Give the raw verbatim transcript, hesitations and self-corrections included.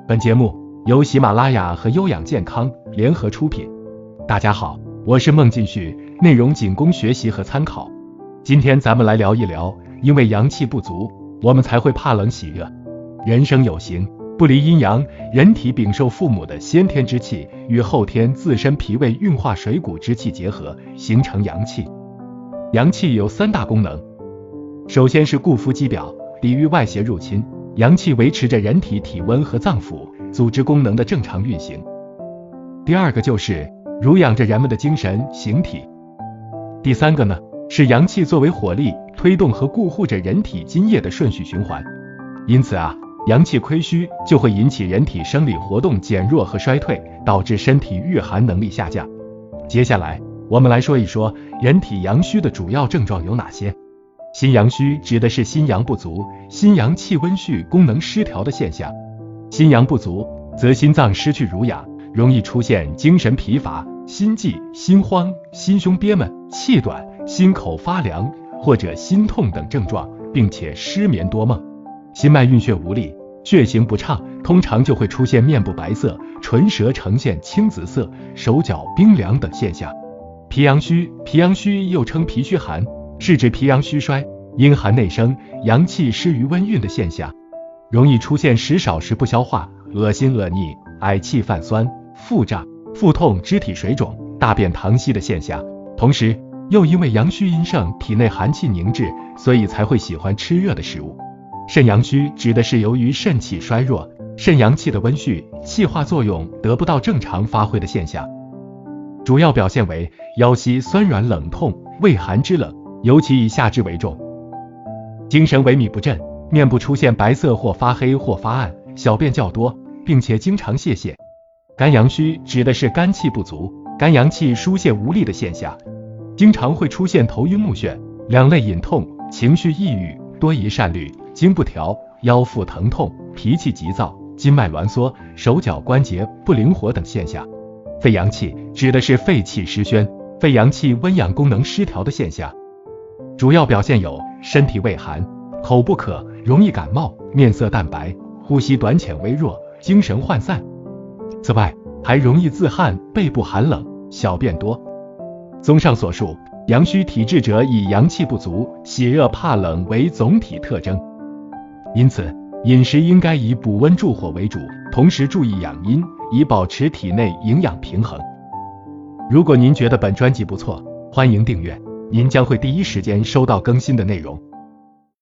本节目由喜马拉雅和优养健康联合出品。大家好，我是孟进旭，内容仅供学习和参考。今天咱们来聊一聊，因为阳气不足，我们才会怕冷喜热。人生有形，不离阴阳，人体禀受父母的先天之气与后天自身脾胃运化水谷之气结合，形成阳气。阳气有三大功能，首先是固肤肌表，抵御外邪入侵。阳气维持着人体体温和脏腑、组织功能的正常运行。第二个就是濡养着人们的精神形体。第三个呢，是阳气作为火力，推动和固护着人体津液的顺序循环。因此啊，阳气亏虚就会引起人体生理活动减弱和衰退，导致身体御寒能力下降。接下来我们来说一说人体阳虚的主要症状有哪些。心阳虚指的是心阳不足、心阳气温煦功能失调的现象。心阳不足则心脏失去濡养，容易出现精神疲乏、心悸、心慌、心胸憋闷、气短、心口发凉或者心痛等症状，并且失眠多梦。心脉运血无力、血行不畅，通常就会出现面部白色、唇舌呈现青紫色、手脚冰凉等现象。脾阳虚，脾阳虚又称脾虚寒，是指脾阳虚衰，阴寒内生，阳气失于温运的现象，容易出现食少时不消化、恶心恶逆、嗳气泛酸、腹胀、腹痛、肢体水肿、大便溏稀的现象。同时又因为阳虚阴盛，体内寒气凝滞，所以才会喜欢吃热的食物。肾阳虚指的是由于肾气衰弱，肾阳气的温煦、气化作用得不到正常发挥的现象。主要表现为腰膝酸软冷痛、畏寒肢冷，尤其以下肢为重。精神萎靡不振，面部出现白色或发黑或发暗，小便较多，并且经常泄泻。肝阳虚指的是肝气不足，肝阳气疏泄无力的现象，经常会出现头晕目眩、两肋隐痛、情绪抑郁、多疑善虑、经不调、腰腹疼痛、脾气急躁、筋脉挛缩、手脚关节不灵活等现象。肺阳气指的是肺气失宣，肺阳气温养功能失调的现象，主要表现有身体畏寒、口不渴、容易感冒、面色淡白、呼吸短浅微弱、精神涣散。此外还容易自汗、背部寒冷、小便多。综上所述，阳虚体质者以阳气不足、喜热怕冷为总体特征。因此饮食应该以补温助火为主，同时注意养阴，以保持体内营养平衡。如果您觉得本专辑不错，欢迎订阅，您将会第一时间收到更新的内容。